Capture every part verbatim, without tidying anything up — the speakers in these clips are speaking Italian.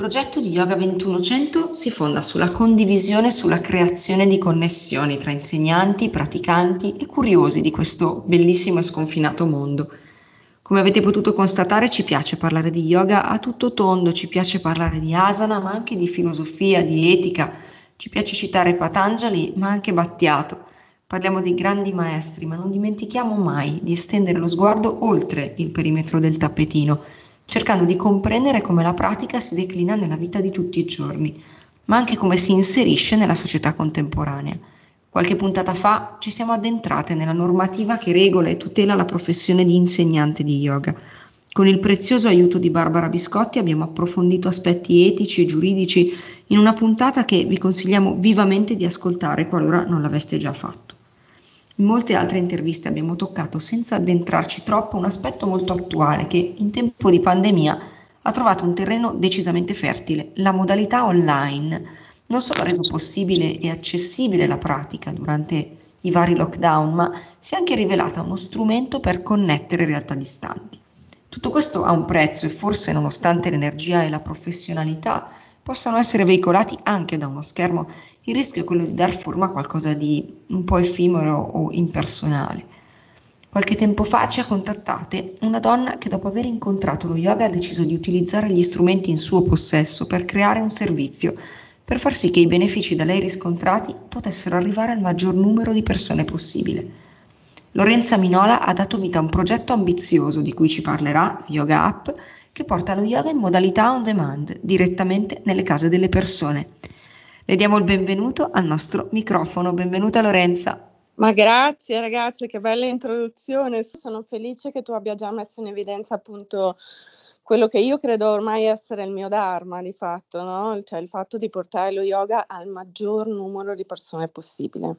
progetto di Yoga ventuno-cento si fonda sulla condivisione e sulla creazione di connessioni tra insegnanti, praticanti e curiosi di questo bellissimo e sconfinato mondo. Come avete potuto constatare, ci piace parlare di yoga a tutto tondo, ci piace parlare di asana, ma anche di filosofia, di etica, ci piace citare Patanjali, ma anche Battiato. Parliamo dei grandi maestri, ma non dimentichiamo mai di estendere lo sguardo oltre il perimetro del tappetino, cercando di comprendere come la pratica si declina nella vita di tutti i giorni, ma anche come si inserisce nella società contemporanea. Qualche puntata fa ci siamo addentrate nella normativa che regola e tutela la professione di insegnante di yoga. Con il prezioso aiuto di Barbara Biscotti abbiamo approfondito aspetti etici e giuridici in una puntata che vi consigliamo vivamente di ascoltare qualora non l'aveste già fatto. In molte altre interviste abbiamo toccato, senza addentrarci troppo, un aspetto molto attuale che in tempo di pandemia ha trovato un terreno decisamente fertile: la modalità online. Non solo ha reso possibile e accessibile la pratica durante i vari lockdown, ma si è anche rivelata uno strumento per connettere realtà distanti. Tutto questo ha un prezzo e forse, nonostante l'energia e la professionalità possano essere veicolati anche da uno schermo, il rischio è quello di dar forma a qualcosa di un po' effimero o impersonale. Qualche tempo fa ci ha contattate una donna che, dopo aver incontrato lo yoga, ha deciso di utilizzare gli strumenti in suo possesso per creare un servizio, per far sì che i benefici da lei riscontrati potessero arrivare al maggior numero di persone possibile. Lorenza Minola ha dato vita a un progetto ambizioso di cui ci parlerà, Yoga App, che porta lo yoga in modalità on demand, direttamente nelle case delle persone. Le diamo il benvenuto al nostro microfono. Benvenuta Lorenza. Ma grazie ragazze, che bella introduzione. Sono felice che tu abbia già messo in evidenza appunto quello che io credo ormai essere il mio dharma di fatto, no? Cioè il fatto di portare lo yoga al maggior numero di persone possibile.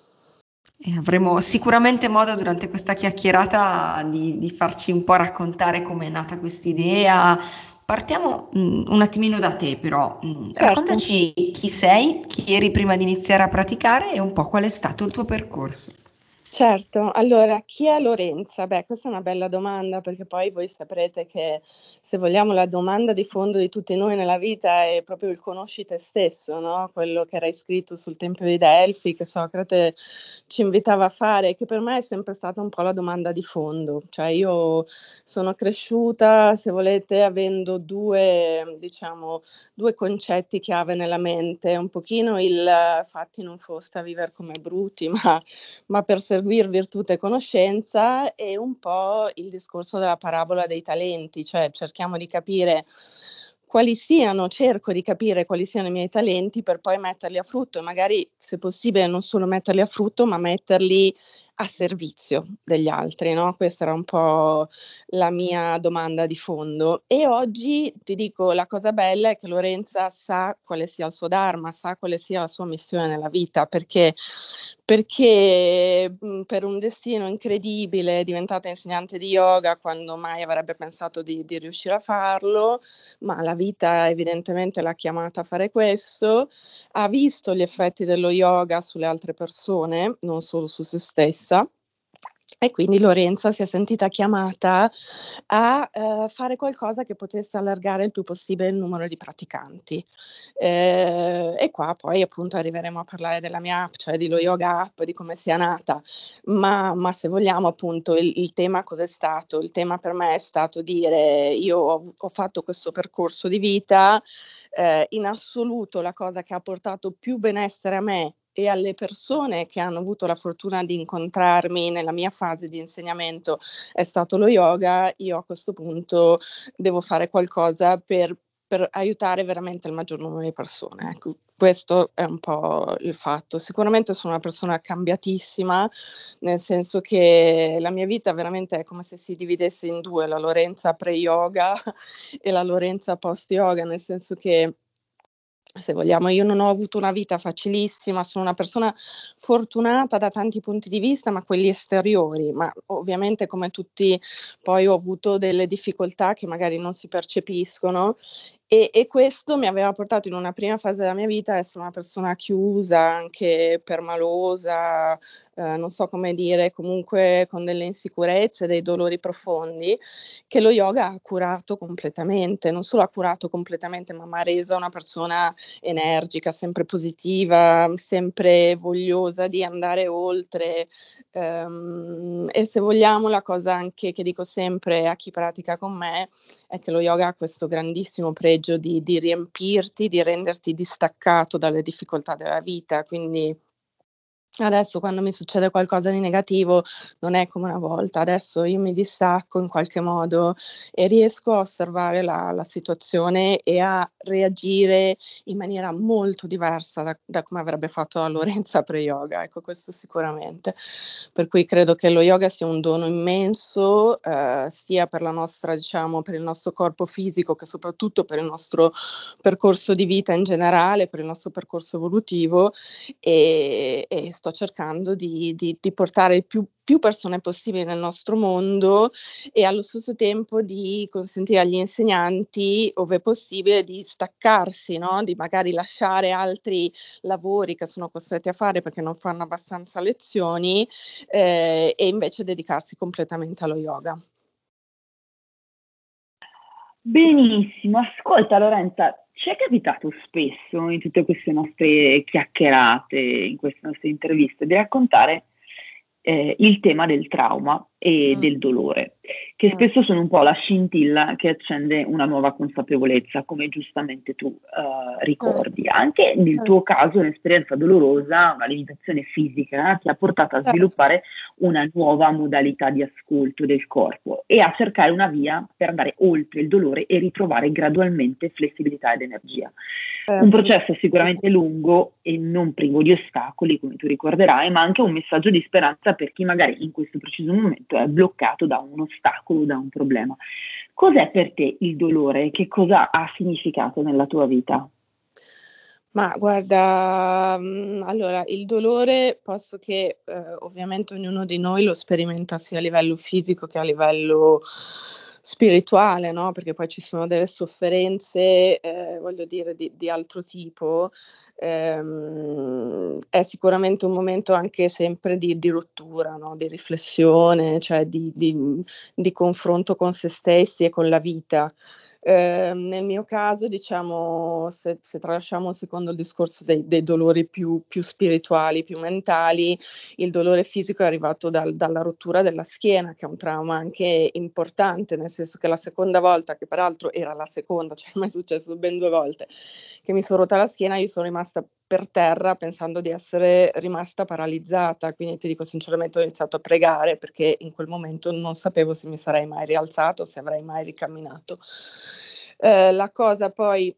E avremo sicuramente modo durante questa chiacchierata di, di farci un po' raccontare come è nata quest'idea. Partiamo mh, un attimino da te, però. Mh, Certo. Raccontaci chi sei, chi eri prima di iniziare a praticare e un po' qual è stato il tuo percorso. Certo, allora chi è Lorenza? Beh, questa è una bella domanda, perché poi voi saprete che, se vogliamo, la domanda di fondo di tutti noi nella vita è proprio il conosci te stesso, no? Quello che era scritto sul Tempio di Delfi, che Socrate ci invitava a fare, che per me è sempre stata un po' la domanda di fondo. Cioè io sono cresciuta, se volete, avendo due, diciamo, due concetti chiave nella mente, un pochino il fatti non foste a vivere come bruti, ma, ma per servire virtù e conoscenza, e un po' il discorso della parabola dei talenti, cioè cerchiamo di capire quali siano, cerco di capire quali siano i miei talenti per poi metterli a frutto, e magari, se possibile, non solo metterli a frutto, ma metterli a servizio degli altri, no? Questa era un po' la mia domanda di fondo. E oggi ti dico, la cosa bella è che Lorenza sa quale sia il suo dharma, sa quale sia la sua missione nella vita, perché perché mh, per un destino incredibile è diventata insegnante di yoga quando mai avrebbe pensato di, di riuscire a farlo, ma la vita evidentemente l'ha chiamata a fare questo. Ha visto gli effetti dello yoga sulle altre persone, non solo su se stessa, e quindi Lorenza si è sentita chiamata a eh, fare qualcosa che potesse allargare il più possibile il numero di praticanti. Eh, e qua poi appunto arriveremo a parlare della mia app, cioè di Lo Yoga App, di come sia nata, ma, ma se vogliamo appunto il, il tema cos'è stato? Il tema per me è stato dire: io ho, ho fatto questo percorso di vita, eh, in assoluto la cosa che ha portato più benessere a me e alle persone che hanno avuto la fortuna di incontrarmi nella mia fase di insegnamento è stato lo yoga. Io a questo punto devo fare qualcosa per, per aiutare veramente il maggior numero di persone. Ecco, questo è un po' il fatto. Sicuramente sono una persona cambiatissima, nel senso che la mia vita veramente è come se si dividesse in due: la Lorenza pre-yoga e la Lorenza post-yoga, nel senso che, se vogliamo, io non ho avuto una vita facilissima, sono una persona fortunata da tanti punti di vista, ma quelli esteriori, ma ovviamente come tutti poi ho avuto delle difficoltà che magari non si percepiscono, E e questo mi aveva portato in una prima fase della mia vita a essere una persona chiusa, anche permalosa, ehm, non so come dire, comunque con delle insicurezze, dei dolori profondi, che lo yoga ha curato completamente. Non solo ha curato completamente, ma m'ha resa una persona energica, sempre positiva, sempre vogliosa di andare oltre. Ehm, e se vogliamo la cosa anche che dico sempre a chi pratica con me, è che lo yoga ha questo grandissimo pregio di di riempirti, di renderti distaccato dalle difficoltà della vita. Quindi adesso quando mi succede qualcosa di negativo non è come una volta, adesso io mi distacco in qualche modo e riesco a osservare la la situazione e a reagire in maniera molto diversa da da come avrebbe fatto la Lorenza pre-yoga, ecco, questo sicuramente. Per cui credo che lo yoga sia un dono immenso, ehm, sia per la nostra diciamo, per il nostro corpo fisico, che soprattutto per il nostro percorso di vita in generale, per il nostro percorso evolutivo, e e sto cercando di di di portare più più persone possibili nel nostro mondo e allo stesso tempo di consentire agli insegnanti, ove possibile, di staccarsi, no, di magari lasciare altri lavori che sono costretti a fare perché non fanno abbastanza lezioni, ehm, e invece dedicarsi completamente allo yoga. Benissimo, ascolta Lorenza, ci è capitato spesso in tutte queste nostre chiacchierate, in queste nostre interviste, di raccontare eh, il tema del trauma e Mh, del dolore, che mh, spesso sono un po' la scintilla che accende una nuova consapevolezza, come giustamente tu eh, cer ricordi. Anche nel cer tuo caso un'esperienza dolorosa, una limitazione fisica, ti ha portato a certo. sviluppare una nuova modalità di ascolto del corpo e a cercare una via per andare oltre il dolore e ritrovare gradualmente flessibilità ed energia. Eh, Un processo assolutamente. sicuramente lungo e non privo di ostacoli, come tu ricorderai, ma anche un messaggio di speranza per chi magari in questo preciso momento è bloccato da un ostacolo, da un problema. Cos'è per te il dolore? Che cosa ha significato nella tua vita? Ma guarda, mhmm, allora il dolore posto che, ehm, ovviamente ognuno di noi lo sperimenta sia a livello fisico che a livello spirituale, no, perché poi ci sono delle sofferenze, ehm, voglio dire di di altro tipo, ehm, è sicuramente un momento anche sempre di di rottura, no, di riflessione, cioè di di mhmm, di confronto con se stessi e con la vita. Ehm, nel mio caso diciamo, se se tralasciamo un secondo il discorso dei dei dolori più più spirituali, più mentali, il dolore fisico è arrivato dal dalla rottura della schiena, che è un trauma anche importante, nel senso che la seconda volta, che peraltro era la seconda, cioè m'è successo ben due volte, che mi son rotta la schiena, io sono rimasta per terra pensando di essere rimasta paralizzata. Quindi ti dico sinceramente ho iniziato a pregare, perché in quel momento non sapevo se mi sarei mai rialzata o se avrei mai ricamminato. Ehm, la cosa poi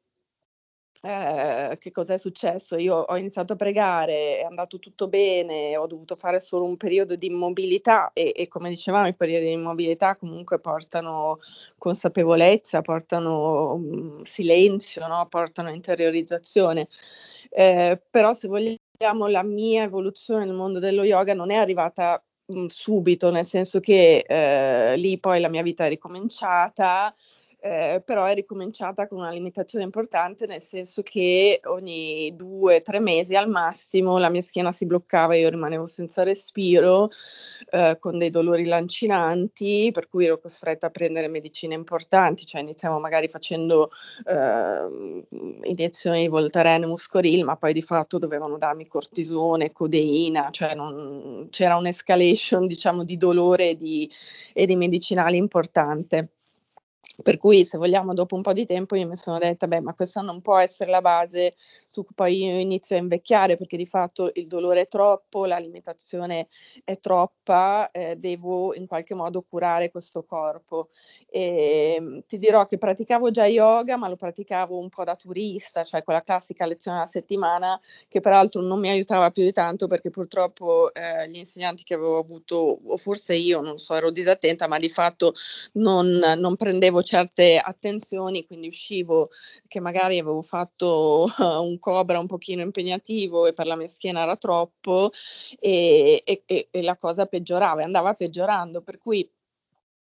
Ehm, che cos'è successo? Io ho iniziato a pregare, è andato tutto bene, ho dovuto fare solo un periodo di immobilità e e come dicevamo i periodi di immobilità comunque portano consapevolezza, portano, mhmm, silenzio, no, portano interiorizzazione. Ehm, però se vogliamo la mia evoluzione nel mondo dello yoga non è arrivata, mhmm, subito, nel senso che, ehm, lì poi la mia vita è ricominciata. Ehm, però è ricominciata con una limitazione importante, nel senso che ogni due, tre mesi al massimo la mia schiena si bloccava e io rimanevo senza respiro, ehm, con dei dolori lancinanti, per cui ero costretta a prendere medicine importanti, cioè iniziamo magari facendo, ehm, iniezioni di Voltaren, Muscoril, ma poi di fatto dovevano darmi cortisone, codeina, cioè non c'era un'escalation diciamo di dolore e di e di medicinali importante. Per cui, se vogliamo, dopo un po' di tempo io mi sono detta: "Beh, ma questa non può essere la base su cui poi io inizio a invecchiare, perché di fatto il dolore è troppo, la limitazione è troppa, ehm, devo in qualche modo curare questo corpo". Ehm, ti dirò che praticavo già yoga, ma lo praticavo un po' da turista, cioè quella classica lezione alla settimana, che peraltro non mi aiutava più di tanto perché purtroppo, ehm, gli insegnanti che avevo avuto, o forse io, non so, ero disattenta, ma di fatto non non prendevo certe attenzioni, quindi uscivo che magari avevo fatto un cobra un pochino impegnativo e per la mia schiena era troppo, e e e e la cosa peggiorava e andava peggiorando. Per cui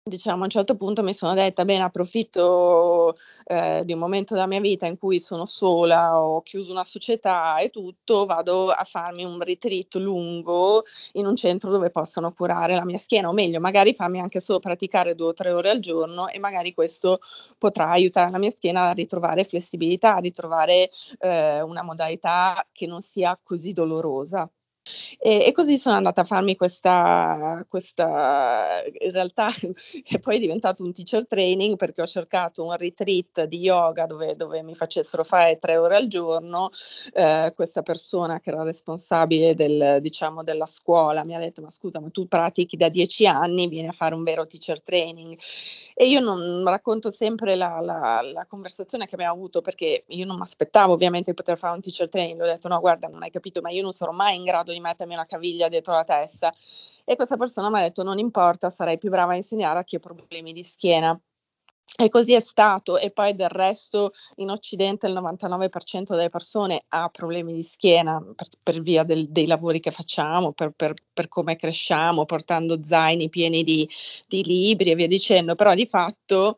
diciamo a un certo punto mi sono detta: "Bene, approfitto, ehm, di un momento della mia vita in cui sono sola, ho chiuso una società e tutto, vado a farmi un retreat lungo in un centro dove possano curare la mia schiena, o meglio magari farmi anche solo praticare due o tre ore al giorno e magari questo potrà aiutare la mia schiena a ritrovare flessibilità, a ritrovare, ehm, una modalità che non sia così dolorosa". E e così sono andata a farmi questa questa in realtà che poi è diventato un teacher training, perché ho cercato un retreat di yoga dove dove mi facessero fare tre ore al giorno. Ehm, questa persona che era responsabile del diciamo della scuola mi ha detto: "Ma scusa, ma tu pratichi da dieci anni, vieni a fare un vero teacher training". E io non racconto sempre la la la conversazione che abbiamo avuto, perché io non m'aspettavo ovviamente di poter fare un teacher training. Le ho detto: "No guarda, non hai capito, ma io non sarò mai in grado di mettermi una caviglia dietro la testa". E questa persona m'ha detto: "Non importa, sarai più brava a insegnare a chi ha problemi di schiena". E così è stato, e poi del resto in Occidente il novantanove per cento delle persone ha problemi di schiena per per via del dei lavori che facciamo, per per per come cresciamo, portando zaini pieni di di libri e via dicendo, però di fatto,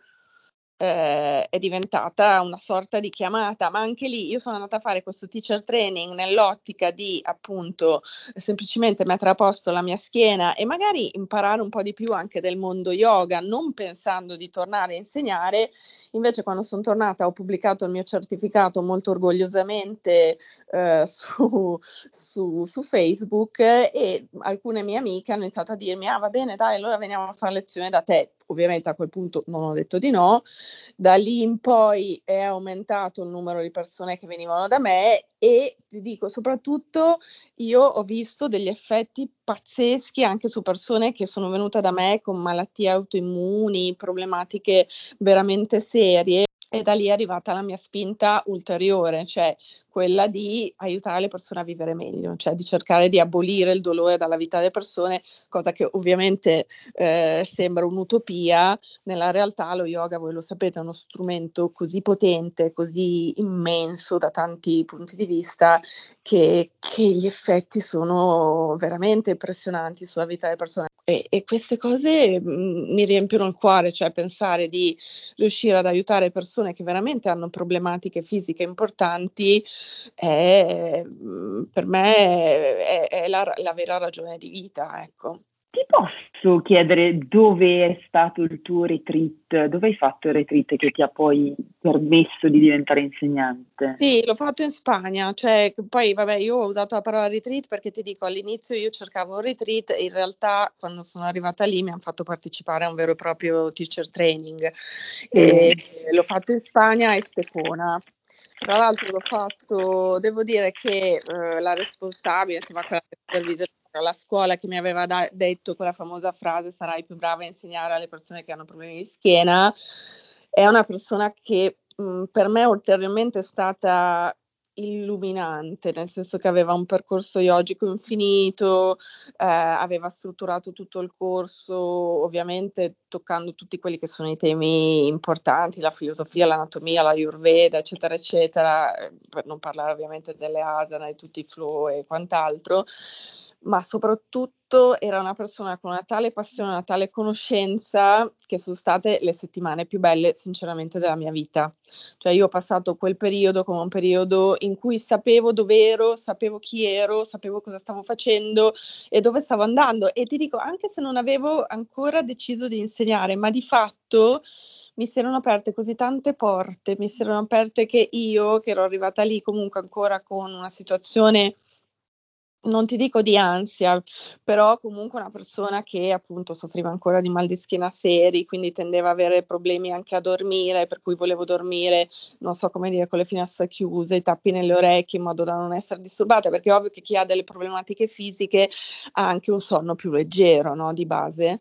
ehm, è diventata una sorta di chiamata. Ma anche lì io sono andata a fare questo teacher training nell'ottica di, appunto, semplicemente mettere a posto la mia schiena e magari imparare un po' di più anche del mondo yoga, non pensando di tornare a insegnare. Invece quando son tornata ho pubblicato il mio certificato molto orgogliosamente, ehm, su su su Facebook, e alcune mie amiche hanno iniziato a dirmi: "Ah, va bene dai, allora veniamo a far lezione da te". Ovviamente a quel punto non ho detto di no. Da lì in poi è aumentato il numero di persone che venivano da me e ti dico, soprattutto io ho visto degli effetti pazzeschi anche su persone che sono venute da me con malattie autoimmuni, problematiche veramente serie, e da lì è arrivata la mia spinta ulteriore, cioè quella di aiutare le persone a vivere meglio, cioè di cercare di abolire il dolore dalla vita delle persone, cosa che ovviamente, ehm, sembra un'utopia. Nella realtà lo yoga, voi lo sapete, è uno strumento così potente, così immenso da tanti punti di vista, che che gli effetti sono veramente impressionanti sulla vita delle persone. E e queste cose, mhmm, mi riempiono il cuore, cioè pensare di riuscire ad aiutare persone che veramente hanno problematiche fisiche importanti è, mhmm, per me è è la ra la vera ragione di vita, ecco. Ti posso chiedere dove è stato il tuo retreat? Dove hai fatto il retreat che ti ha poi permesso di diventare insegnante? Sì, l'ho fatto in Spagna, cioè c poi vabbè io ho usato la parola retreat perché ti dico all'inizio io cercavo un retreat e in realtà quando sono arrivata lì mi han fatto partecipare a un vero e proprio teacher training. Sì. E l'ho fatto in Spagna a Estepona. Tra l'altro l'ho fatto, devo dire che, uhm, la responsabile, insomma quella che supervisa la scuola, che mi aveva da detto quella famosa frase: "Sarai più brava a insegnare alle persone che hanno problemi di schiena", è una persona che, mhmm, per me ulteriormente è stata illuminante, nel senso che aveva un percorso yogico infinito, ehm, aveva strutturato tutto il corso, ovviamente toccando tutti quelli che sono i temi importanti, la filosofia, l'anatomia, l'ayurveda, eccetera, eccetera, ehm, per non parlare ovviamente delle asana e tutti i flow e quant'altro, ma soprattutto era una persona con una tale passione, una tale conoscenza, che son state le settimane più belle sinceramente della mia vita. Cioè io ho passato quel periodo come un periodo in cui sapevo dov'ero, sapevo chi ero, sapevo cosa stavo facendo e dove stavo andando. E ti dico, anche se non avevo ancora deciso di insegnare, ma di fatto mi si erano aperte così tante porte, mi si erano aperte, che io, che ero arrivata lì comunque ancora con una situazione, non ti dico di ansia, però comunque una persona che appunto soffriva ancora di mal di schiena seri, quindi tendeva a avere problemi anche a dormire, per cui volevo dormire, non so come dire, con le finestre chiuse, i tappi nelle orecchie in modo da non essere disturbata, perché è ovvio che chi ha delle problematiche fisiche ha anche un sonno più leggero, no, di base.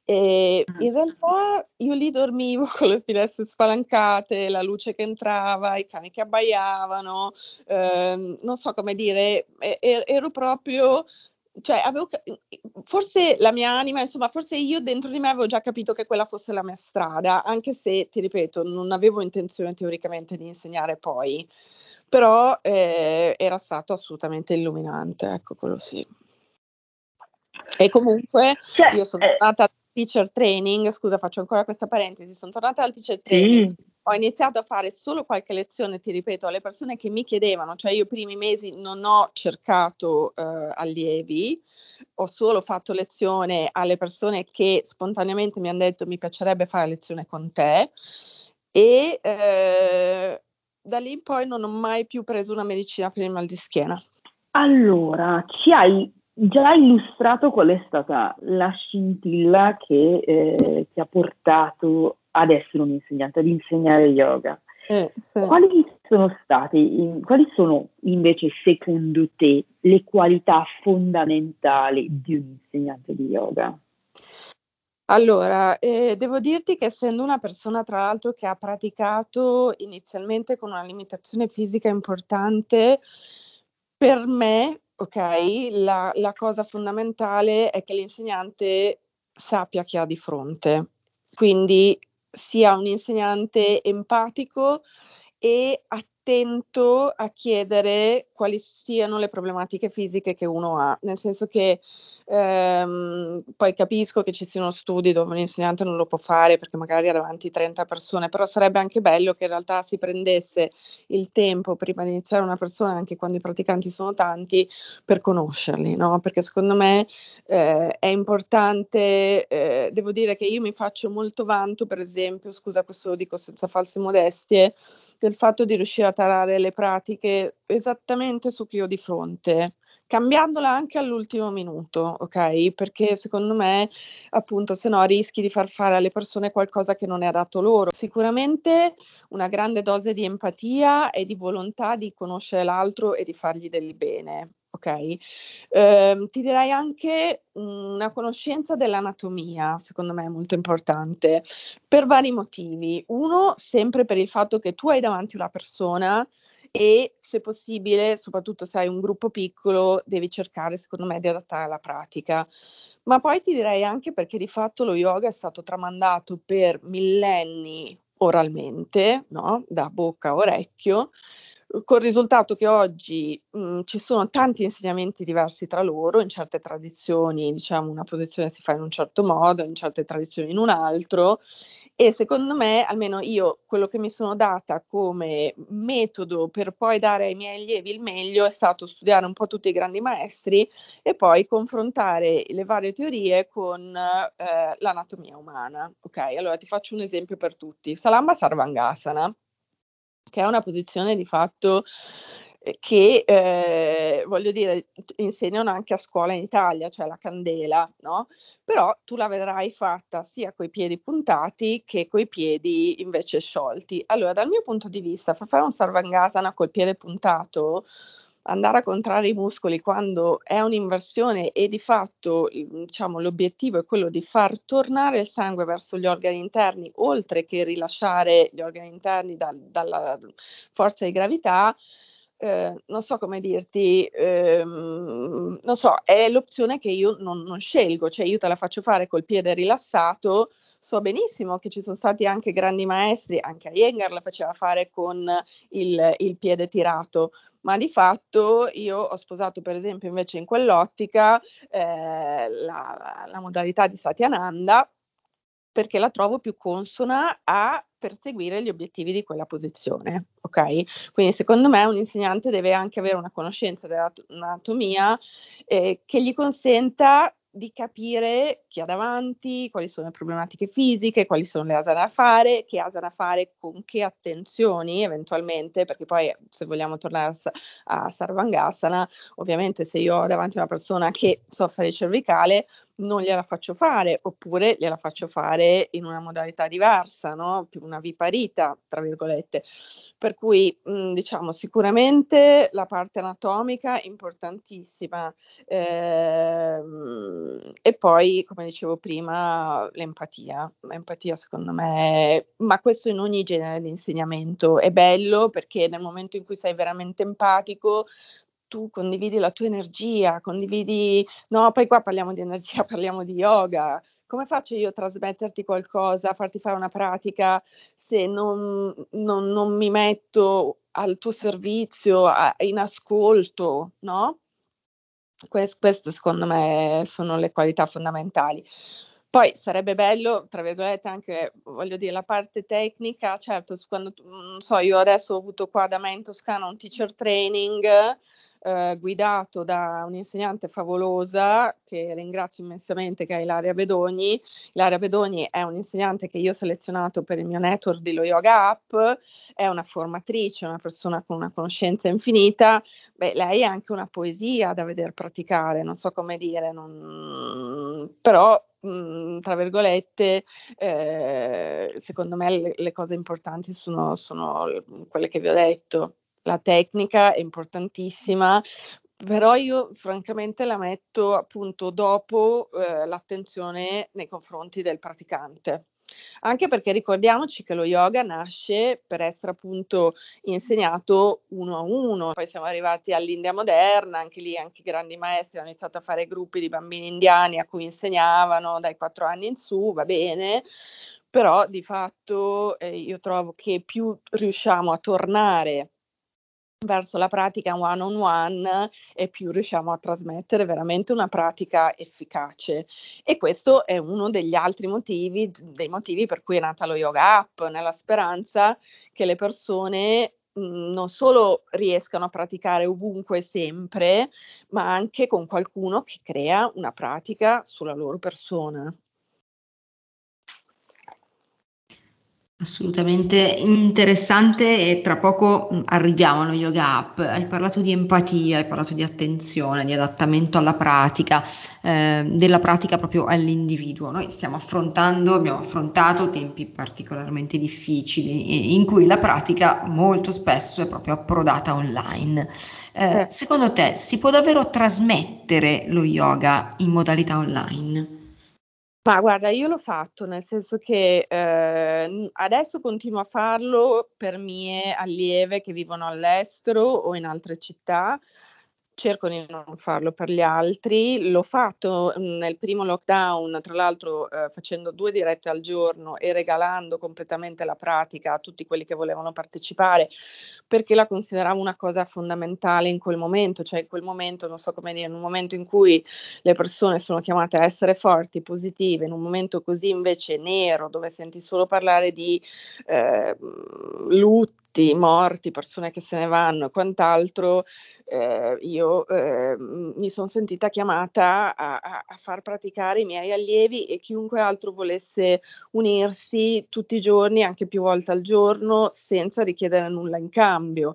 E Mh. in realtà io lì dormivo con le finestre spalancate, la luce che entrava, i cani che abbaiavano, ehm, non so come dire, e e ero proprio, cioè avevo ca i i forse la mia anima, insomma, forse io dentro di me avevo già capito che quella fosse la mia strada, anche se, ti ripeto, non avevo intenzione teoricamente di insegnare poi, però, ehm, era stato assolutamente illuminante, ecco, quello sì. E comunque Cioè, io sono ehm stata teacher training, scusa faccio ancora questa parentesi, sono tornata al teacher training, Sì. ho iniziato a fare solo qualche lezione, ti ripeto, alle persone che mi chiedevano, cioè io i primi mesi non ho cercato eh, allievi, ho solo fatto lezione alle persone che spontaneamente mi hanno detto mi piacerebbe fare lezione con te e eh, da lì in poi non ho mai più preso una medicina per il mal di schiena. Allora, ci hai già illustrato qual è stata la scintilla che eh, ti ha portato ad essere un insegnante, ad insegnare yoga. Eh, sì. Quali sono state, in- quali sono invece secondo te le qualità fondamentali di un insegnante di yoga? Allora, ehm, devo dirti che essendo una persona tra l'altro che ha praticato inizialmente con una limitazione fisica importante, per me, okay, la la cosa fondamentale è che l'insegnante sappia chi ha di fronte. Quindi sia un insegnante empatico e attento a chiedere quali siano le problematiche fisiche che uno ha. Nel senso che, ehm, poi capisco che ci siano studi dove un insegnante non lo può fare perché magari ha davanti trenta persone, però sarebbe anche bello che in realtà si prendesse il tempo prima di iniziare una persona, anche quando i praticanti sono tanti, per conoscerli, no, perché secondo me, ehm, è importante ehm, devo dire che io mi faccio molto vanto, per esempio, scusa questo lo dico senza false modestie, del fatto di riuscire a tarare le pratiche esattamente su chi ho di fronte, cambiandola anche all'ultimo minuto, okay, perché secondo me, appunto, se no rischi di far fare alle persone qualcosa che non è adatto loro. Sicuramente una grande dose di empatia e di volontà di conoscere l'altro e di fargli del bene, okay? Ehm, ti direi anche una conoscenza dell'anatomia, secondo me è molto importante, per vari motivi. Uno, sempre per il fatto che tu hai davanti una persona e se possibile, soprattutto se hai un gruppo piccolo, devi cercare secondo me di adattare la pratica. Ma poi ti direi anche perché di fatto lo yoga è stato tramandato per millenni oralmente, no, da bocca a orecchio, uhm, col risultato che oggi, mhmm, ci sono tanti insegnamenti diversi tra loro, in certe tradizioni, diciamo, una posizione si fa in un certo modo, in certe tradizioni in un altro, e secondo me, almeno io quello che mi sono data come metodo per poi dare ai miei allievi il meglio, è stato studiare un po' tutti i grandi maestri e poi confrontare le varie teorie con, ehm, l'anatomia umana, okay? Allora ti faccio un esempio per tutti: Salamba Sarvangasana, che è una posizione di fatto, ehm, che, ehm, voglio dire, t insegnano anche a scuola in Italia, cioè la candela, no, però tu la vedrai fatta sia coi piedi puntati che coi piedi invece sciolti. Allora, dal mio punto di vista, far fare un Sarvangasana col piede puntato, andare a contrarre i muscoli quando è un'inversione e di fatto, il diciamo, l'obiettivo è quello di far tornare il sangue verso gli organi interni, oltre che rilasciare gli organi interni dal dalla forza di gravità, ehm, non so come dirti, ehm, non so, è l'opzione che io non non scelgo, cioè io te la faccio fare col piede rilassato, so benissimo che ci son stati anche grandi maestri, anche Iyengar la faceva fare con il il piede tirato, ma di fatto io ho sposato per esempio invece in quell'ottica, ehm, la la modalità di Satyananda, perché la trovo più consona a perseguire gli obiettivi di quella posizione, okay? Quindi secondo me un insegnante deve anche avere una conoscenza dell'at anatomia, ehm, che gli consenta di capire chi ha davanti, quali sono le problematiche fisiche, quali sono le asana da fare, che asana fare con che attenzioni eventualmente, perché poi se vogliamo tornare a sa a Sarvangasana, ovviamente se io ho davanti una persona che soffre di cervicale, non gliela faccio fare, oppure gliela faccio fare in una modalità diversa, no, più una "viparita" tra virgolette. Per cui, mhmm, diciamo sicuramente la parte anatomica importantissima, ehm, e poi come dicevo prima l'empatia. L'empatia secondo me ma questo in ogni genere di insegnamento. È bello perché nel momento in cui sei veramente empatico, tu condividi la tua energia, condividi no, poi qua parliamo di energia, parliamo di yoga. Come faccio io a trasmetterti qualcosa, a farti fare una pratica se non non non mi metto al tuo servizio, a in ascolto, no? Ques questo secondo me sono le qualità fondamentali. Poi sarebbe bello, tra virgolette, anche, voglio dire, la parte tecnica, certo, quando, non so, io adesso ho avuto qua da me in Toscana un teacher training eh, guidato da un'insegnante favolosa, che ringrazio immensamente, che è Ilaria Bedogni. Ilaria Bedogni è un'insegnante che io ho selezionato per il mio network di Lo Yoga App, è una formatrice, una persona con una conoscenza infinita. Beh, lei è anche una poesia da veder praticare, non so come dire, non... però, mh, tra virgolette, eh, secondo me le, le cose importanti sono, sono quelle che vi ho detto. La tecnica è importantissima, però io francamente la metto appunto dopo eh, l'attenzione nei confronti del praticante. Anche perché ricordiamoci che lo yoga nasce per essere appunto insegnato uno a uno, poi siamo arrivati all'India moderna, anche lì anche i grandi maestri hanno iniziato a fare gruppi di bambini indiani a cui insegnavano dai quattro anni in su, va bene, però di fatto eh, io trovo che più riusciamo a tornare verso la pratica one on one e più riusciamo a trasmettere veramente una pratica efficace, e questo è uno degli altri motivi, dei motivi per cui è nata lo Yoga App, nella speranza che le persone mh, non solo riescano a praticare ovunque sempre, ma anche con qualcuno che crea una pratica sulla loro persona. Assolutamente interessante, e tra poco mh, arriviamo allo Yoga App. Hai parlato di empatia, hai parlato di attenzione, di adattamento alla pratica, eh, della pratica proprio all'individuo. Noi stiamo affrontando, abbiamo affrontato tempi particolarmente difficili in cui la pratica molto spesso è proprio approdata online. Eh, Eh. secondo te si può davvero trasmettere lo yoga in modalità online? Ma guarda, io l'ho fatto, nel senso che eh, adesso continuo a farlo per mie allieve che vivono all'estero o in altre città. Cerco di non farlo per gli altri. L'ho fatto mh, nel primo lockdown, tra l'altro eh, facendo due dirette al giorno e regalando completamente la pratica a tutti quelli che volevano partecipare, perché la consideravo una cosa fondamentale in quel momento, cioè in quel momento, non so come dire, in un momento in cui le persone sono chiamate a essere forti, positive, in un momento così invece nero, dove senti solo parlare di eh, lutti, morti, persone che se ne vanno e quant'altro, eh, io eh, mi sono sentita chiamata a, a, a far praticare i miei allievi e chiunque altro volesse unirsi tutti i giorni, anche più volte al giorno, senza richiedere nulla in cambio.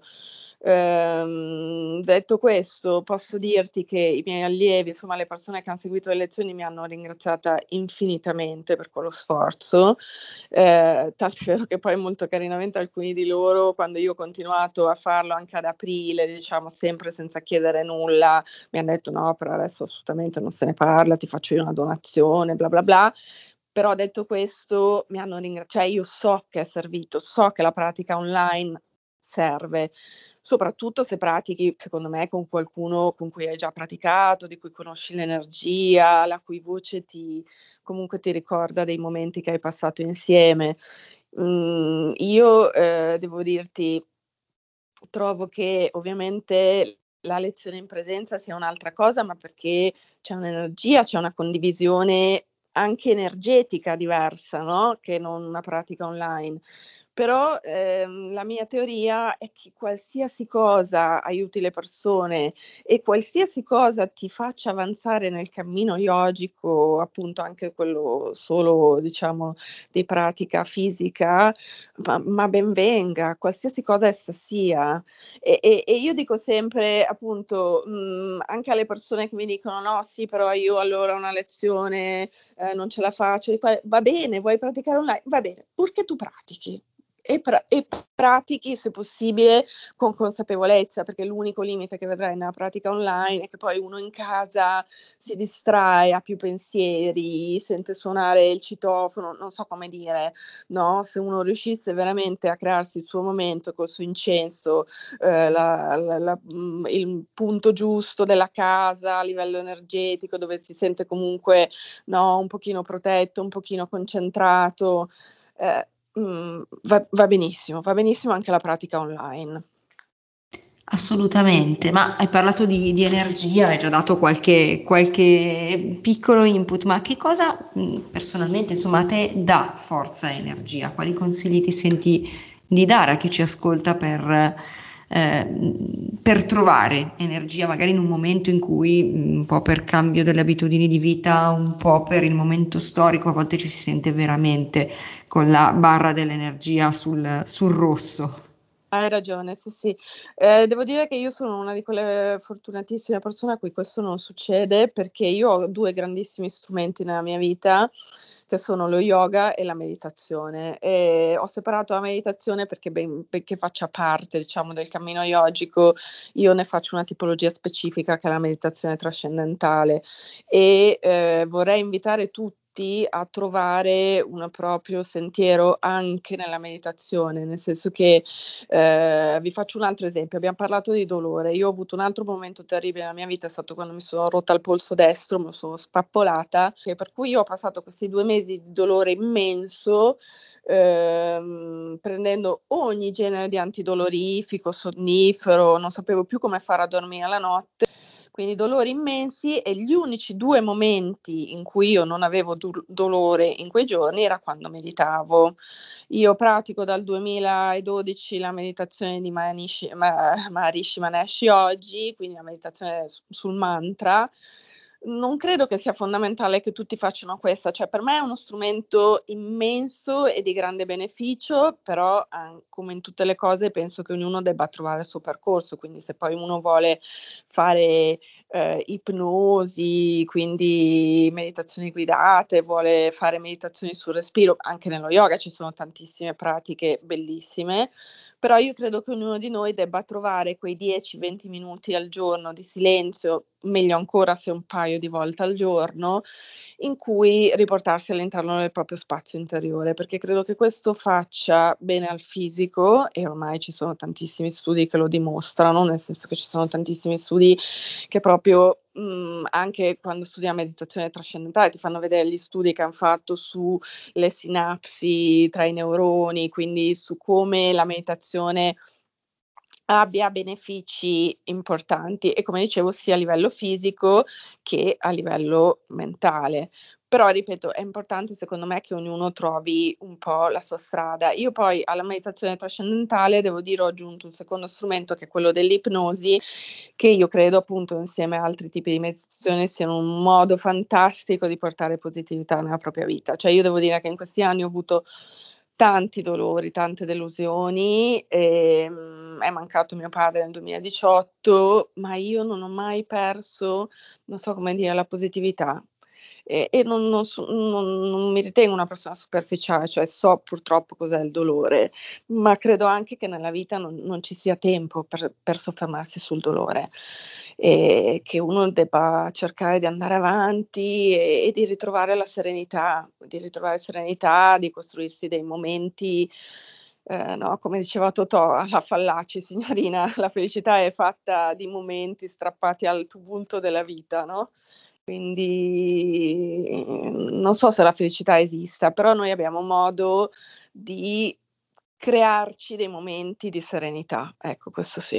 Ehm, detto questo, posso dirti che i miei allievi, insomma le persone che hanno seguito le lezioni, mi hanno ringraziata infinitamente per quello sforzo, eh, tanto è vero che poi molto carinamente alcuni di loro, quando io ho continuato a farlo anche ad aprile, diciamo sempre senza chiedere nulla, mi hanno detto no, però adesso assolutamente non se ne parla, ti faccio io una donazione, bla bla bla. Però detto questo, mi hanno ringraziato, cioè io so che è servito, so che la pratica online serve, soprattutto se pratichi, secondo me, con qualcuno con cui hai già praticato, di cui conosci l'energia, la cui voce ti comunque ti ricorda dei momenti che hai passato insieme. Mm, io eh, devo dirti, trovo che ovviamente la lezione in presenza sia un'altra cosa, ma perché c'è un'energia, c'è una condivisione anche energetica diversa, no? Che non una pratica online. Però ehm, la mia teoria è che qualsiasi cosa aiuti le persone e qualsiasi cosa ti faccia avanzare nel cammino yogico, appunto anche quello solo, diciamo, di pratica fisica, ma, ma ben venga, qualsiasi cosa essa sia. E, e, e io dico sempre, appunto, mh, anche alle persone che mi dicono no, sì, però io allora una lezione eh, non ce la faccio, va bene, vuoi praticare online? Va bene, purché tu pratichi. E, pra- e pratichi se possibile con consapevolezza, perché l'unico limite che vedrai nella pratica online è che poi uno in casa si distrae, ha più pensieri, sente suonare il citofono, non so come dire, no? Se uno riuscisse veramente a crearsi il suo momento col suo incenso, eh, la, la, la, il punto giusto della casa a livello energetico, dove si sente comunque, no, un pochino protetto, un pochino concentrato, eh, Mm, va, va benissimo, va benissimo anche la pratica online. Assolutamente, ma hai parlato di, di energia, hai già dato qualche, qualche piccolo input, ma che cosa mh, personalmente, insomma, a te dà forza e energia? Quali consigli ti senti di dare a chi ci ascolta per, eh, per trovare energia, magari in un momento in cui, mh, un po' per cambio delle abitudini di vita, un po' per il momento storico, a volte ci si sente veramente con la barra dell'energia sul, sul rosso. Hai ragione, sì, sì. Ehm, devo dire che io sono una di quelle fortunatissime persone a cui questo non succede, perché io ho due grandissimi strumenti nella mia vita, che sono lo yoga e la meditazione. E ho separato la meditazione perché ben perché faccia parte, diciamo, del cammino yogico, io ne faccio una tipologia specifica che è la meditazione trascendentale e, ehm, vorrei invitare tutti a trovare un proprio sentiero anche nella meditazione, nel senso che, Ehm, vi faccio un altro esempio, abbiam parlato di dolore. Io ho avuto un altro momento terribile nella mia vita, è stato quando mi sono rotta il polso destro, me lo sono spappolata, e per cui io ho passato questi due mesi di dolore immenso, ehm, prendendo ogni genere di antidolorifico, sonnifero, non sapevo più come fare a dormire la notte, quindi dolori immensi e gli unici due momenti in cui io non avevo dur dolore in quei giorni era quando meditavo. Io pratico dal duemiladodici la meditazione di Manishi Ma Maharishi Mahesh Yogi, quindi la meditazione s sul mantra. Non credo che sia fondamentale che tutti facciano questa, cioè per me è uno strumento immenso e di grande beneficio, però an come in tutte le cose penso che ognuno debba trovare il suo percorso, quindi se poi uno vuole fare, ehm, ipnosi, quindi meditazioni guidate, vuole fare meditazioni sul respiro, anche nello yoga ci sono tantissime pratiche bellissime, però io credo che ognuno di noi debba trovare quei dieci, venti minuti al giorno di silenzio, meglio ancora se un paio di volte al giorno, in cui riportarsi all'interno del proprio spazio interiore, perché credo che questo faccia bene al fisico e ormai ci sono tantissimi studi che lo dimostrano, nel senso che ci sono tantissimi studi che proprio, mhmm, anche quando studi la meditazione trascendentale ti fanno vedere gli studi che han fatto sulle sinapsi tra i neuroni, quindi su come la meditazione abbia benefici importanti e come dicevo sia a livello fisico che a livello mentale. Però ripeto, è importante secondo me che ognuno trovi un po' la sua strada. Io poi alla meditazione trascendentale, devo dire, ho aggiunto un secondo strumento che è quello dell'ipnosi, che io credo appunto insieme a altri tipi di meditazione siano un modo fantastico di portare positività nella propria vita. Cioè io devo dire che in questi anni ho avuto tanti dolori, tante delusioni, ehm, è mancato mio padre nel duemiladiciotto, ma io non ho mai perso, non so come dire, la positività. E e non non so non non mi ritengo una persona superficiale, cioè so purtroppo cos'è il dolore, ma credo anche che nella vita non non ci sia tempo per per soffermarsi sul dolore, e che uno debba cercare di andare avanti e e di ritrovare la serenità, di ritrovare serenità, di costruirsi dei momenti, ehm, no, come diceva Totò alla Fallaci: "Signorina, la felicità è fatta di momenti strappati al tumulto della vita", no? Quindi, ehm, non so se la felicità esista, però noi abbiamo modo di crearci dei momenti di serenità. Ecco, questo sì.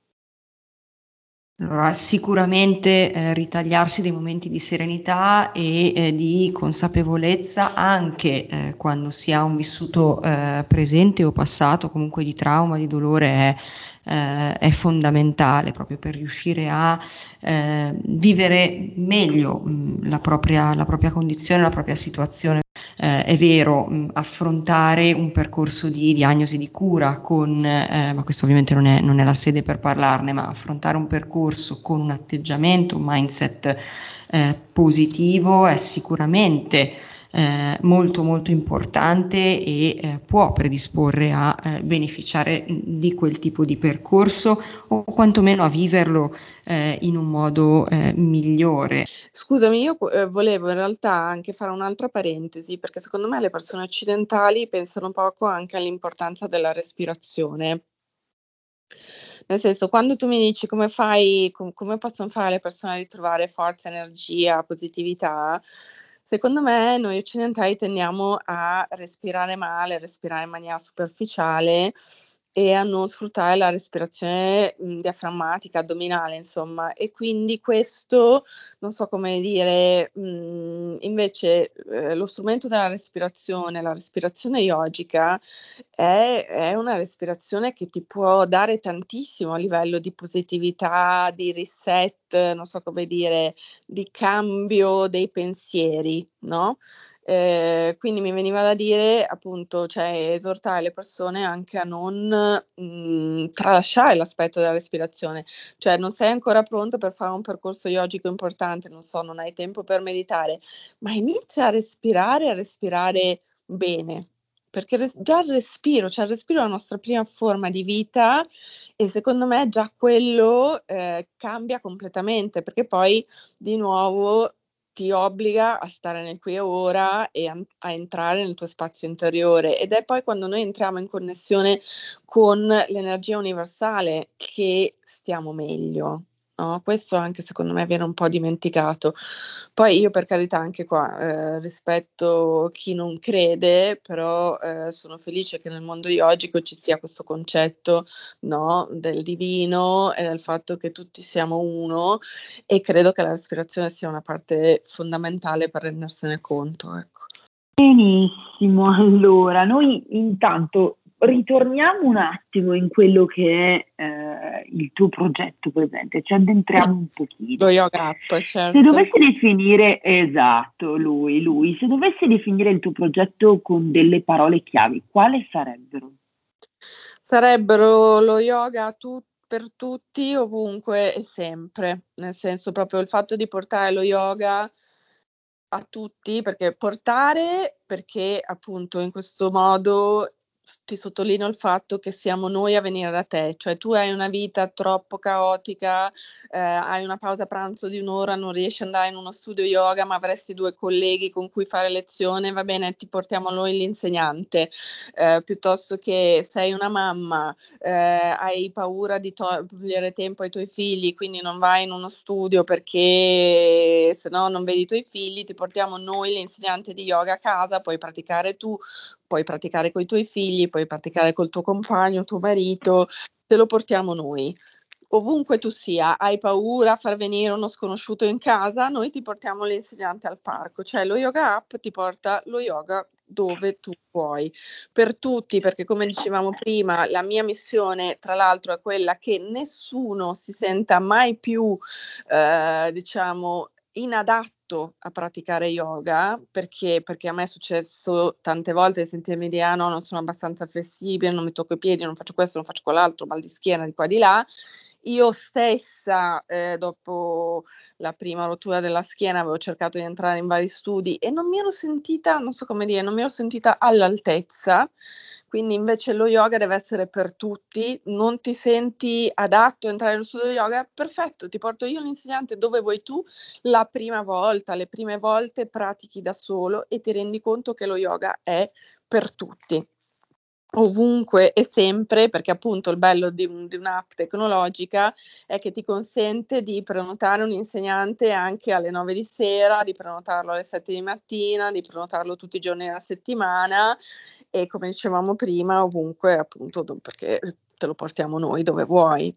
Allora, sicuramente, ehm, ritagliarsi dei momenti di serenità e, ehm, di consapevolezza anche, ehm, quando si ha un vissuto, ehm, presente o passato, comunque di trauma, di dolore è ehm, è fondamentale proprio per riuscire a, ehm, vivere meglio, mhmm, la propria la propria condizione, la propria situazione. Eh, è vero, mh, affrontare un percorso di diagnosi di cura con, eh, ma questo ovviamente non è, non è la sede per parlarne, ma affrontare un percorso con un atteggiamento, un mindset eh, positivo è sicuramente eh, molto molto importante e eh, può predisporre a eh, beneficiare di quel tipo di percorso o quantomeno a viverlo eh, in un modo eh, migliore. Scusami, io q ehm, volevo in realtà anche fare un'altra parentesi, perché secondo me le persone occidentali pensano poco anche all'importanza della respirazione. Nel senso, quando tu mi dici: "Come fai com come possono fare le persone a ritrovare forza, energia, positività", secondo me noi occidentali tendiamo a respirare male, a respirare in maniera superficiale e a non sfruttare la respirazione mh, diaframmatica, addominale, insomma. E quindi questo, non so come dire, mh, invece eh, lo strumento della respirazione, la respirazione yogica, è, è una respirazione che ti può dare tantissimo a livello di positività, di reset, non so come dire, di cambio dei pensieri, no? Eh, quindi mi veniva da dire, appunto, cioè esortare le persone anche a non mh, tralasciare l'aspetto della respirazione, cioè non sei ancora pronto per fare un percorso yogico importante, non so, non hai tempo per meditare, ma inizia a respirare, a respirare bene, perché res- già il respiro, cioè il respiro è la nostra prima forma di vita e secondo me già quello eh, cambia completamente, perché poi di nuovo ti obbliga a stare nel qui e ora e a, a entrare nel tuo spazio interiore, ed è poi quando noi entriamo in connessione con l'energia universale che stiamo meglio. No? Questo anche secondo me viene un po' dimenticato. Poi io, per carità, anche qua eh, rispetto chi non crede, però eh, sono felice che nel mondo yogico ci sia questo concetto, no, del divino e del fatto che tutti siamo uno, e credo che la respirazione sia una parte fondamentale per rendersene conto, ecco. Benissimo, allora noi intanto ritorniamo un attimo in quello che è eh, il tuo progetto presente, ci addentriamo un pochino. Lo yoga app, certo. Se dovessi definire, esatto, lui, lui, se dovessi definire il tuo progetto con delle parole chiavi, quali sarebbero? Sarebbero lo yoga tu- per tutti, ovunque e sempre, nel senso proprio il fatto di portare lo yoga a tutti, perché portare, perché appunto in questo modo s- ti sottolineo il fatto che siamo noi a venire da te, cioè tu hai una vita troppo caotica, eh, hai una pausa pranzo di un'ora, non riesci ad andare in uno studio yoga, ma avresti due colleghi con cui fare lezione, va bene, ti portiamo noi l'insegnante, eh, piuttosto che sei una mamma, eh, hai paura di togliere tempo ai tuoi figli, quindi non vai in uno studio perché se no non vedi i tuoi figli, ti portiamo noi l'insegnante di yoga a casa, puoi praticare tu, puoi praticare con i tuoi figli, puoi praticare col tuo compagno, tuo marito, te lo portiamo noi. Ovunque tu sia, hai paura a far venire uno sconosciuto in casa, noi ti portiamo l'insegnante al parco, cioè lo yoga app ti porta lo yoga dove tu vuoi, per tutti, perché come dicevamo prima, la mia missione tra l'altro è quella che nessuno si senta mai più, eh, diciamo, inadatto a praticare yoga, perché, perché a me è successo tante volte di sentirmi dire ah no, non sono abbastanza flessibile, non mi tocco i piedi, non faccio questo, non faccio quell'altro, mal di schiena di qua di là. Io stessa, eh, dopo la prima rottura della schiena, avevo cercato di entrare in vari studi e non mi ero sentita, non so come dire, non mi ero sentita all'altezza. Quindi invece lo yoga deve essere per tutti, non ti senti adatto a entrare nello studio yoga? Perfetto, ti porto io l'insegnante dove vuoi tu, la prima volta, le prime volte pratichi da solo e ti rendi conto che lo yoga è per tutti, ovunque e sempre, perché appunto il bello di, un, di un'app tecnologica è che ti consente di prenotare un insegnante anche alle nove di sera, di prenotarlo alle sette di mattina, di prenotarlo tutti i giorni della settimana e, come dicevamo prima, ovunque, appunto, do- perché te lo portiamo noi dove vuoi.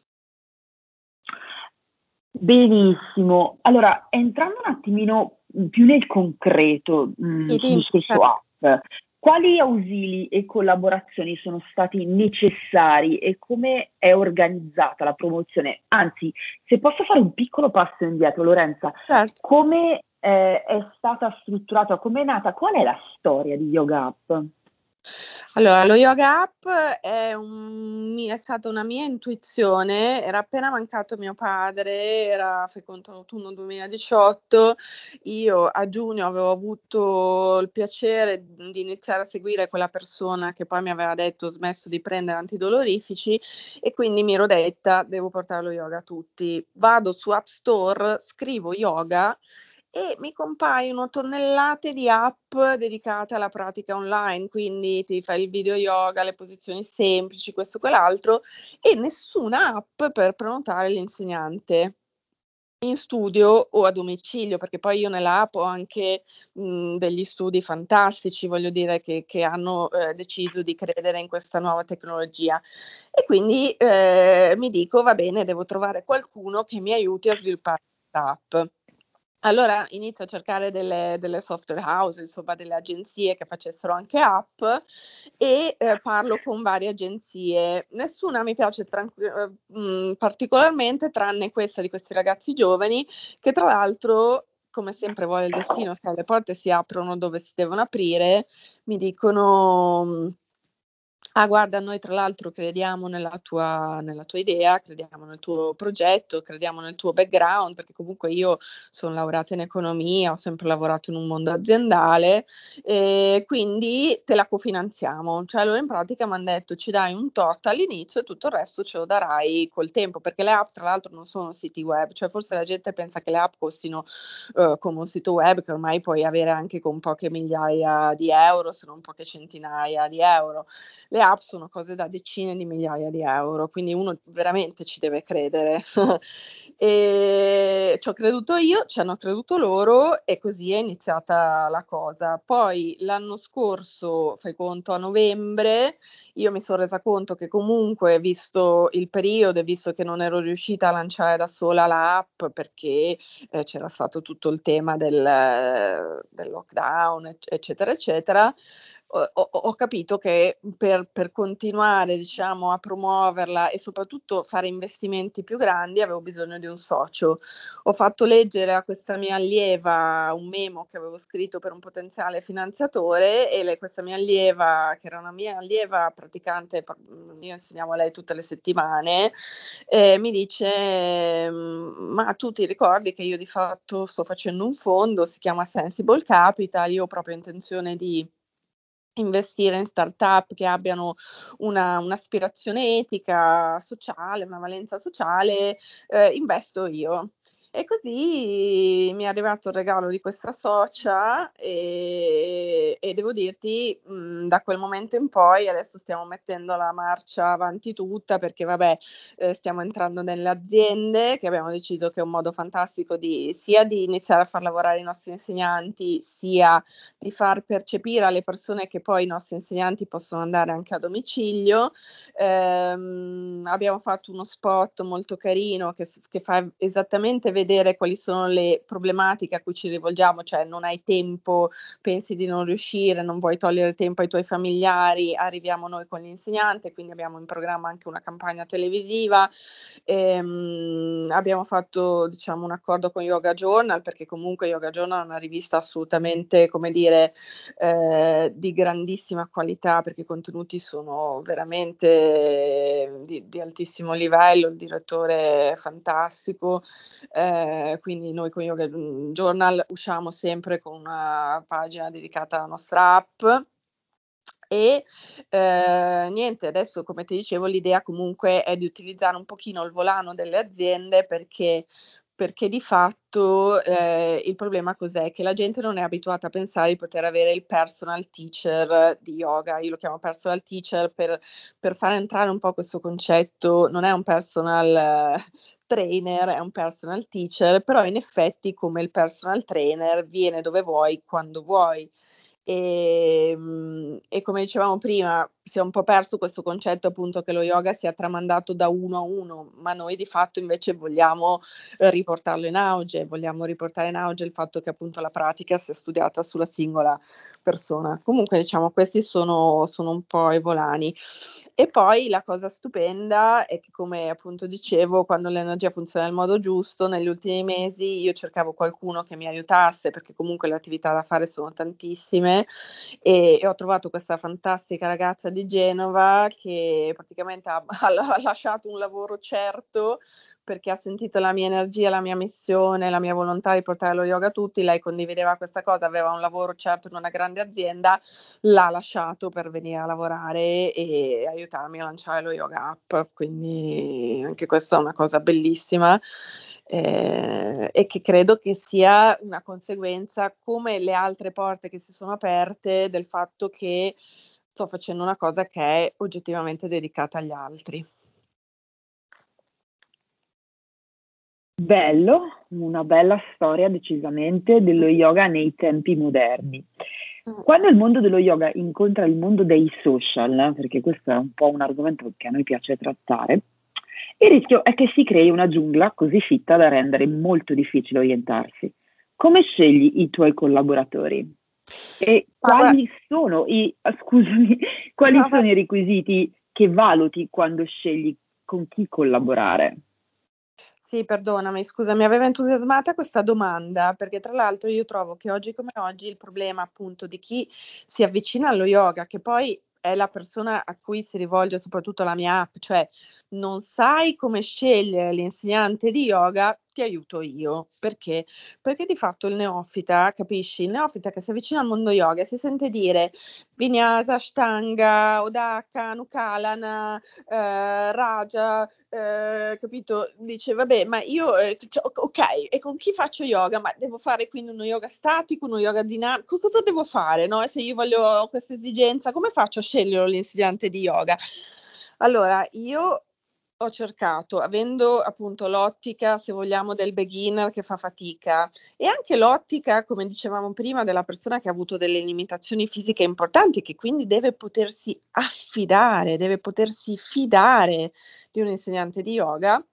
Benissimo, allora entrando un attimino più nel concreto mh, Sì, sul dimmi, discorso app, quali ausili e collaborazioni sono stati necessari e come è organizzata la promozione? Anzi, se posso fare un piccolo passo indietro, Lorenza, certo. come eh, è stata strutturata, come è nata, qual è la storia di Yoga App? Allora, lo yoga app è, un, è stata una mia intuizione, era appena mancato mio padre, era fecondo autunno duemiladiciotto, io a giugno avevo avuto il piacere di iniziare a seguire quella persona che poi mi aveva detto ho smesso di prendere antidolorifici e quindi mi ero detta devo portare lo yoga a tutti. Vado su App Store, scrivo yoga e mi compaiono tonnellate di app dedicate alla pratica online, quindi ti fai il video yoga, le posizioni semplici, questo e quell'altro, e nessuna app per prenotare l'insegnante. in studio o a domicilio, perché poi io nell'app ho anche mh, degli studi fantastici, voglio dire, che, che hanno eh, deciso di credere in questa nuova tecnologia. E quindi eh, mi dico, va bene, devo trovare qualcuno che mi aiuti a sviluppare questa app. Allora inizio a cercare delle, delle software house, insomma delle agenzie che facessero anche app e eh, parlo con varie agenzie. Nessuna mi piace tranqu- eh, mh, particolarmente, tranne questa di questi ragazzi giovani che tra l'altro, come sempre vuole il destino, se le porte si aprono dove si devono aprire, mi dicono... mh, Ah, guarda, noi tra l'altro crediamo nella tua, nella tua idea, crediamo nel tuo progetto, crediamo nel tuo background, perché comunque io sono laureata in economia, ho sempre lavorato in un mondo aziendale, e quindi te la cofinanziamo. Cioè, loro in pratica mi hanno detto ci dai un tot all'inizio e tutto il resto ce lo darai col tempo, perché le app tra l'altro non sono siti web, cioè forse la gente pensa che le app costino eh, come un sito web che ormai puoi avere anche con poche migliaia di euro, se non poche centinaia di euro. Le app sono cose da decine di migliaia di euro, quindi uno veramente ci deve credere. E ci ho creduto io, ci hanno creduto loro e così è iniziata la cosa. Poi l'anno scorso, fai conto, a novembre, io mi sono resa conto che comunque, visto il periodo e visto che non ero riuscita a lanciare da sola l'app perché eh, c'era stato tutto il tema del, del lockdown, eccetera, eccetera, ho, ho- ho capito che per, per continuare, diciamo, a promuoverla e soprattutto fare investimenti più grandi avevo bisogno di un socio. Ho fatto leggere a questa mia allieva un memo che avevo scritto per un potenziale finanziatore e le- questa mia allieva, che era una mia allieva praticante, io insegnavo a lei tutte le settimane, eh, mi dice: ma tu ti ricordi che io di fatto sto facendo un fondo, si chiama Sensible Capital, io ho proprio intenzione di investire in startup che abbiano una, un'aspirazione etica, sociale, una valenza sociale, eh, investo io. E così mi è arrivato il regalo di questa socia e, e devo dirti, mh, da quel momento in poi adesso stiamo mettendo la marcia avanti tutta perché vabbè, eh, stiamo entrando nelle aziende che abbiamo deciso che è un modo fantastico di sia di iniziare a far lavorare i nostri insegnanti, sia di far percepire alle persone che poi i nostri insegnanti possono andare anche a domicilio. Ehm, abbiamo fatto uno spot molto carino che, che fa esattamente vedere quali sono le problematiche a cui ci rivolgiamo, cioè non hai tempo, pensi di non riuscire, non vuoi togliere tempo ai tuoi familiari, arriviamo noi con l'insegnante, quindi abbiamo in programma anche una campagna televisiva. Ehm, abbiamo fatto, diciamo, un accordo con Yoga Journal perché comunque Yoga Journal è una rivista assolutamente, come dire, eh, di grandissima qualità perché i contenuti sono veramente di, di altissimo livello, il direttore è fantastico, eh, quindi noi con Yoga Journal usciamo sempre con una pagina dedicata alla nostra app. E eh, niente, adesso come ti dicevo l'idea comunque è di utilizzare un pochino il volano delle aziende perché, perché di fatto eh, il problema cos'è? Che la gente non è abituata a pensare di poter avere il personal teacher di yoga, io lo chiamo personal teacher per, per far entrare un po' questo concetto, non è un personal eh, trainer, è un personal teacher, però in effetti come il personal trainer viene dove vuoi, quando vuoi. E, mhmm, e come dicevamo prima, si è un po' perso questo concetto appunto che lo yoga sia tramandato da uno a uno, ma noi di fatto invece vogliamo eh, riportarlo in auge, vogliamo riportare in auge il fatto che appunto la pratica sia studiata sulla singola persona. Comunque diciamo questi sono, sono un po' i volani. E poi la cosa stupenda è che come appunto dicevo, quando l'energia funziona nel modo giusto, negli ultimi mesi io cercavo qualcuno che mi aiutasse perché comunque le attività da fare sono tantissime e, e ho trovato questa fantastica ragazza di Genova che praticamente ha, ha lasciato un lavoro certo perché ha sentito la mia energia, la mia missione, la mia volontà di portare lo yoga a tutti, lei condivideva questa cosa, aveva un lavoro certo in una grande azienda, l'ha lasciato per venire a lavorare e aiutarmi a lanciare lo yoga app, quindi anche questa è una cosa bellissima. Eh, e che credo che sia una conseguenza, come le altre porte che si sono aperte, del fatto che sto facendo una cosa che è oggettivamente dedicata agli altri. Bello, una bella storia decisamente dello yoga nei tempi moderni. Quando il mondo dello yoga incontra il mondo dei social, perché questo è un po' un argomento che a noi piace trattare, il rischio è che si crei una giungla così fitta da rendere molto difficile orientarsi. Come scegli i tuoi collaboratori? E Ma guarda, quali sono i, ah, scusami, quali no, vai. sono i requisiti che valuti quando scegli con chi collaborare? Sì, perdonami, scusa, mi aveva entusiasmata questa domanda, perché tra l'altro io trovo che oggi come oggi il problema appunto di chi si avvicina allo yoga, che poi è la persona a cui si rivolge soprattutto la mia app, cioè non sai come scegliere l'insegnante di yoga, ti aiuto io. Perché? Perché di fatto il neofita, capisci? Il neofita che si avvicina al mondo yoga si sente dire Vinyasa, Ashtanga, Odaka, Nukalana, eh, Raja, eh, capito? Dice, vabbè, ma io, eh, cioè, ok, e con chi faccio yoga? Ma devo fare quindi uno yoga statico, uno yoga dinamico? Cosa devo fare, no? Se io voglio ho questa esigenza, come faccio a scegliere l'insegnante di yoga? Allora, io ho cercato, avendo appunto l'ottica, se vogliamo, del beginner che fa fatica e anche l'ottica, come dicevamo prima, della persona che ha avuto delle limitazioni fisiche importanti, che quindi deve potersi affidare, deve potersi fidare di un insegnante di yoga,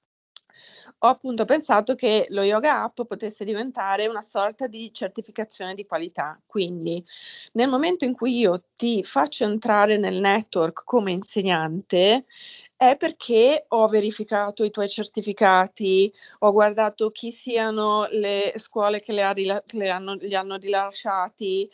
ho appunto pensato che lo Yoga App potesse diventare una sorta di certificazione di qualità. Quindi nel momento in cui io ti faccio entrare nel network come insegnante, è perché ho verificato i tuoi certificati, ho guardato chi siano le scuole che le, ha rila- che le hanno, li hanno rilasciati,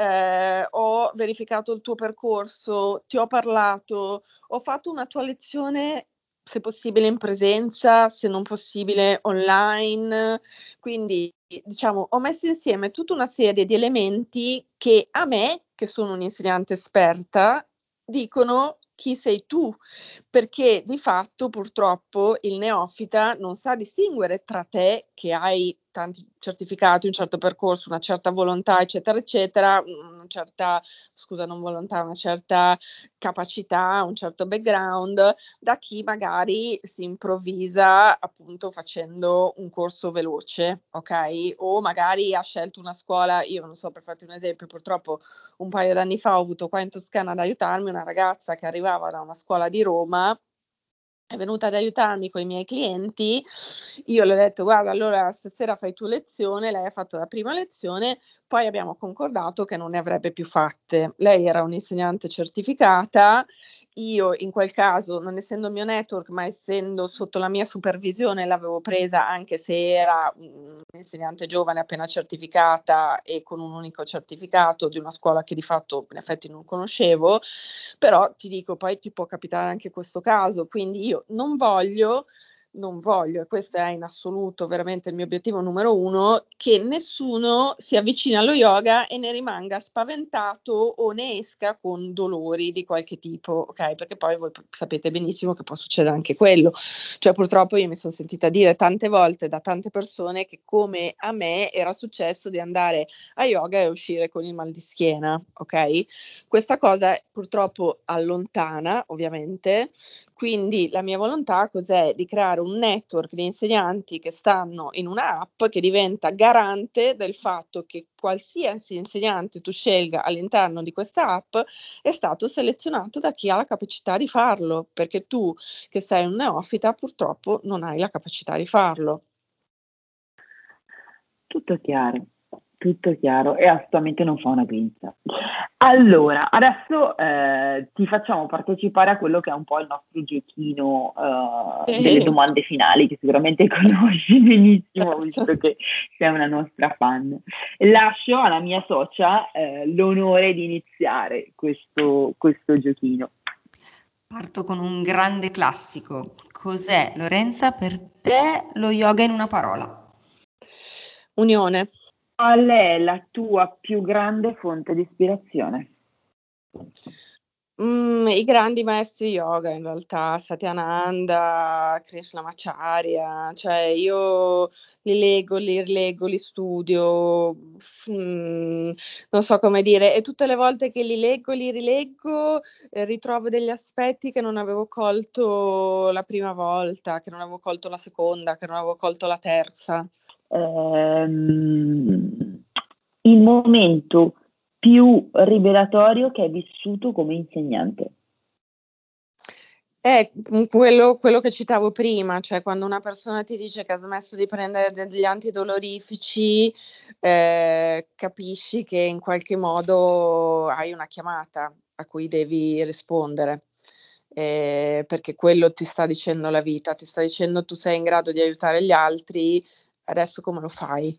eh, ho verificato il tuo percorso, ti ho parlato, ho fatto una tua lezione se possibile in presenza, se non possibile online. Quindi, diciamo, ho messo insieme tutta una serie di elementi che a me, che sono un'insegnante esperta, dicono chi sei tu, perché di fatto purtroppo il neofita non sa distinguere tra te che hai tanti certificati, un certo percorso, una certa volontà, eccetera, eccetera, una certa, scusa, non volontà, una certa capacità, un certo background, da chi magari si improvvisa appunto facendo un corso veloce, ok? O magari ha scelto una scuola, io non so, per farti un esempio, purtroppo un paio d'anni fa ho avuto qua in Toscana ad aiutarmi una ragazza che arrivava da una scuola di Roma, è venuta ad aiutarmi con i miei clienti, io le ho detto guarda allora stasera fai tu lezione, lei ha fatto la prima lezione, poi abbiamo concordato che non ne avrebbe più fatte. Lei era un'insegnante certificata, io in quel caso, non essendo il mio network, ma essendo sotto la mia supervisione, l'avevo presa anche se era un'insegnante giovane appena certificata e con un unico certificato di una scuola che di fatto in effetti non conoscevo, però ti dico, poi ti può capitare anche questo caso, quindi io non voglio non voglio, e questo è in assoluto veramente il mio obiettivo numero uno, che nessuno si avvicini allo yoga e ne rimanga spaventato o ne esca con dolori di qualche tipo, ok? Perché poi voi sapete benissimo che può succedere anche quello. Cioè purtroppo io mi sono sentita dire tante volte da tante persone che come a me era successo di andare a yoga e uscire con il mal di schiena, ok? Questa cosa purtroppo allontana, ovviamente, quindi la mia volontà cos'è? Di creare un network di insegnanti che stanno in una app che diventa garante del fatto che qualsiasi insegnante tu scelga all'interno di questa app è stato selezionato da chi ha la capacità di farlo, perché tu che sei un neofita purtroppo non hai la capacità di farlo. Tutto chiaro, tutto chiaro e assolutamente non fa una pinza. Allora, adesso eh, ti facciamo partecipare a quello che è un po' il nostro giochino eh, delle Sì, domande finali, che sicuramente conosci benissimo, certo. visto che sei una nostra fan. Lascio alla mia socia eh, l'onore di iniziare questo, questo giochino. Parto con un grande classico. Cos'è, Lorenza, per te lo yoga in una parola? Unione. Qual è la tua più grande fonte di ispirazione? Mhmm, i grandi maestri yoga in realtà, Satyananda, Krishnamacharya, cioè io li leggo, li rileggo, li studio, mhmm, non so come dire, e tutte le volte che li leggo, li rileggo, ehm, ritrovo degli aspetti che non avevo colto la prima volta, che non avevo colto la seconda, che non avevo colto la terza. Ehm, il momento più rivelatorio che hai vissuto come insegnante? Eh, mhmm, quello quello che citavo prima, cioè quando una persona ti dice che ha smesso di prendere degli antidolorifici, ehm, capisci che in qualche modo hai una chiamata a cui devi rispondere, ehm, perché quello ti sta dicendo la vita, ti sta dicendo: "Tu sei in grado di aiutare gli altri, adesso come lo fai?"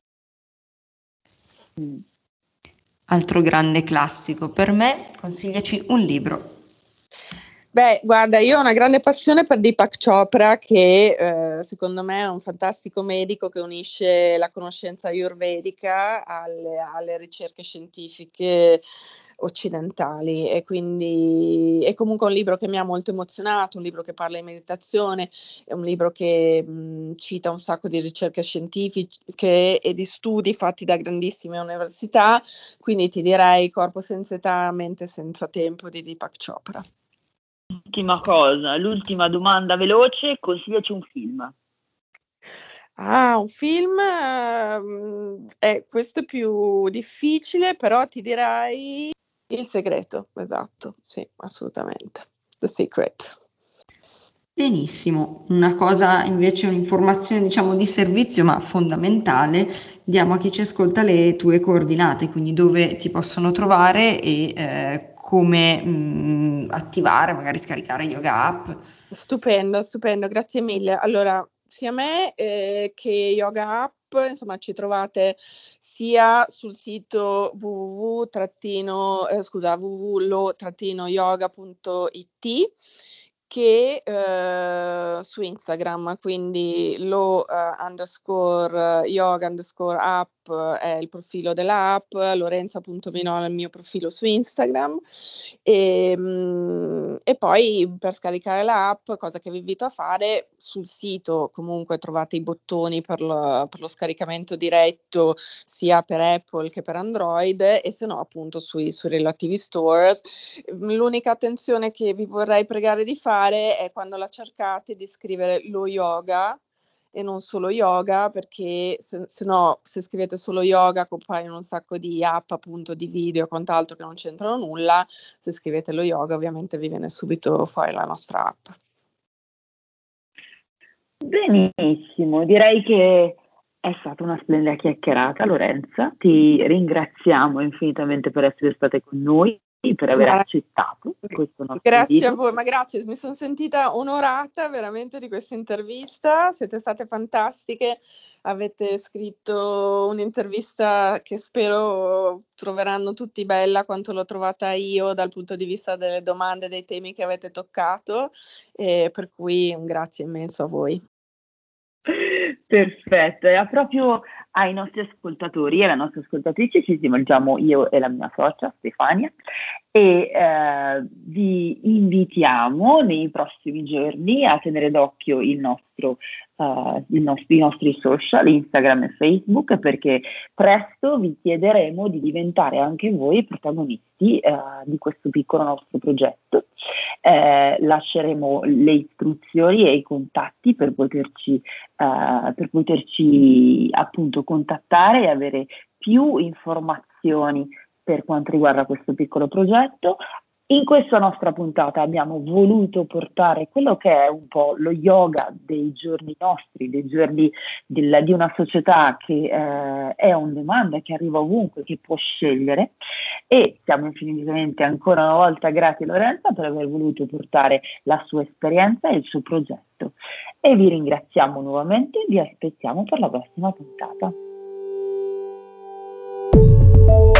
Mh. Altro grande classico per me, consigliaci un libro. Beh, guarda, io ho una grande passione per Deepak Chopra che, ehm, secondo me è un fantastico medico che unisce la conoscenza ayurvedica alle alle ricerche scientifiche occidentali e quindi è comunque un libro che mi ha molto emozionato, un libro che parla di meditazione, è un libro che, mhmm, cita un sacco di ricerche scientifiche e di studi fatti da grandissime università, quindi ti direi Corpo senza età, mente senza tempo di Deepak Chopra. Ultima cosa, l'ultima domanda veloce, consigliaci un film. Ah, un film, mhmm, eh, questo è più difficile, però ti direi Il segreto, esatto, sì, assolutamente. The Secret. Benissimo, una cosa invece, un'informazione diciamo di servizio ma fondamentale, diamo a chi ci ascolta le tue coordinate, quindi dove ti possono trovare e eh, come mh, attivare, magari scaricare Yoga App. Stupendo, stupendo, grazie mille. Allora, sia me, ehm, che Yoga App, insomma ci trovate sia sul sito www trattino ehm, scusa www.lo yoga punto it che, uhm, su Instagram, quindi lo, uhm, underscore yoga underscore app è il profilo dell'app, lorenza.minola è il mio profilo su Instagram. Ehm, e poi per scaricare l'app, cosa che vi invito a fare, sul sito comunque trovate i bottoni per lo per lo scaricamento diretto sia per Apple che per Android e se no appunto sui sui relativi stores. Mhmm, l'unica attenzione che vi vorrei pregare di fare è quando la cercate di scrivere lo yoga e non solo yoga, perché se se no, se scrivete solo yoga compaiono un sacco di app, appunto, di video e quant'altro che non c'entrano nulla. Se scrivete lo yoga ovviamente vi viene subito fuori la nostra app. Benissimo, direi che è stata una splendida chiacchierata, Lorenza. Ti ringraziamo infinitamente per essere state con noi, per aver Ma accettato questo nostro grazie a invito. voi, ma grazie, mi son sentita onorata veramente di questa intervista, siete state fantastiche, avete scritto un'intervista che spero troveranno tutti bella quanto l'ho trovata io dal punto di vista delle domande e dei temi che avete toccato, e per cui un grazie immenso a voi. Perfetto, e proprio ai nostri ascoltatori e alle nostre ascoltatrici ci rivolgiamo io e la mia socia Stefania e eh, vi invitiamo nei prossimi giorni a tenere d'occhio il nostro, uh, il nostro, i nostri social, Instagram e Facebook, perché presto vi chiederemo di diventare anche voi protagonisti uh, di questo piccolo nostro progetto. Eh, lasceremo le istruzioni e i contatti per poterci Uh, per poterci appunto contattare e avere più informazioni per quanto riguarda questo piccolo progetto. In questa nostra puntata abbiamo voluto portare quello che è un po' lo yoga dei giorni nostri, dei giorni del, di una società che eh, è on demand, che arriva ovunque, che può scegliere, e siamo infinitamente ancora una volta grati a Lorenza per aver voluto portare la sua esperienza e il suo progetto. E vi ringraziamo nuovamente e vi aspettiamo per la prossima puntata.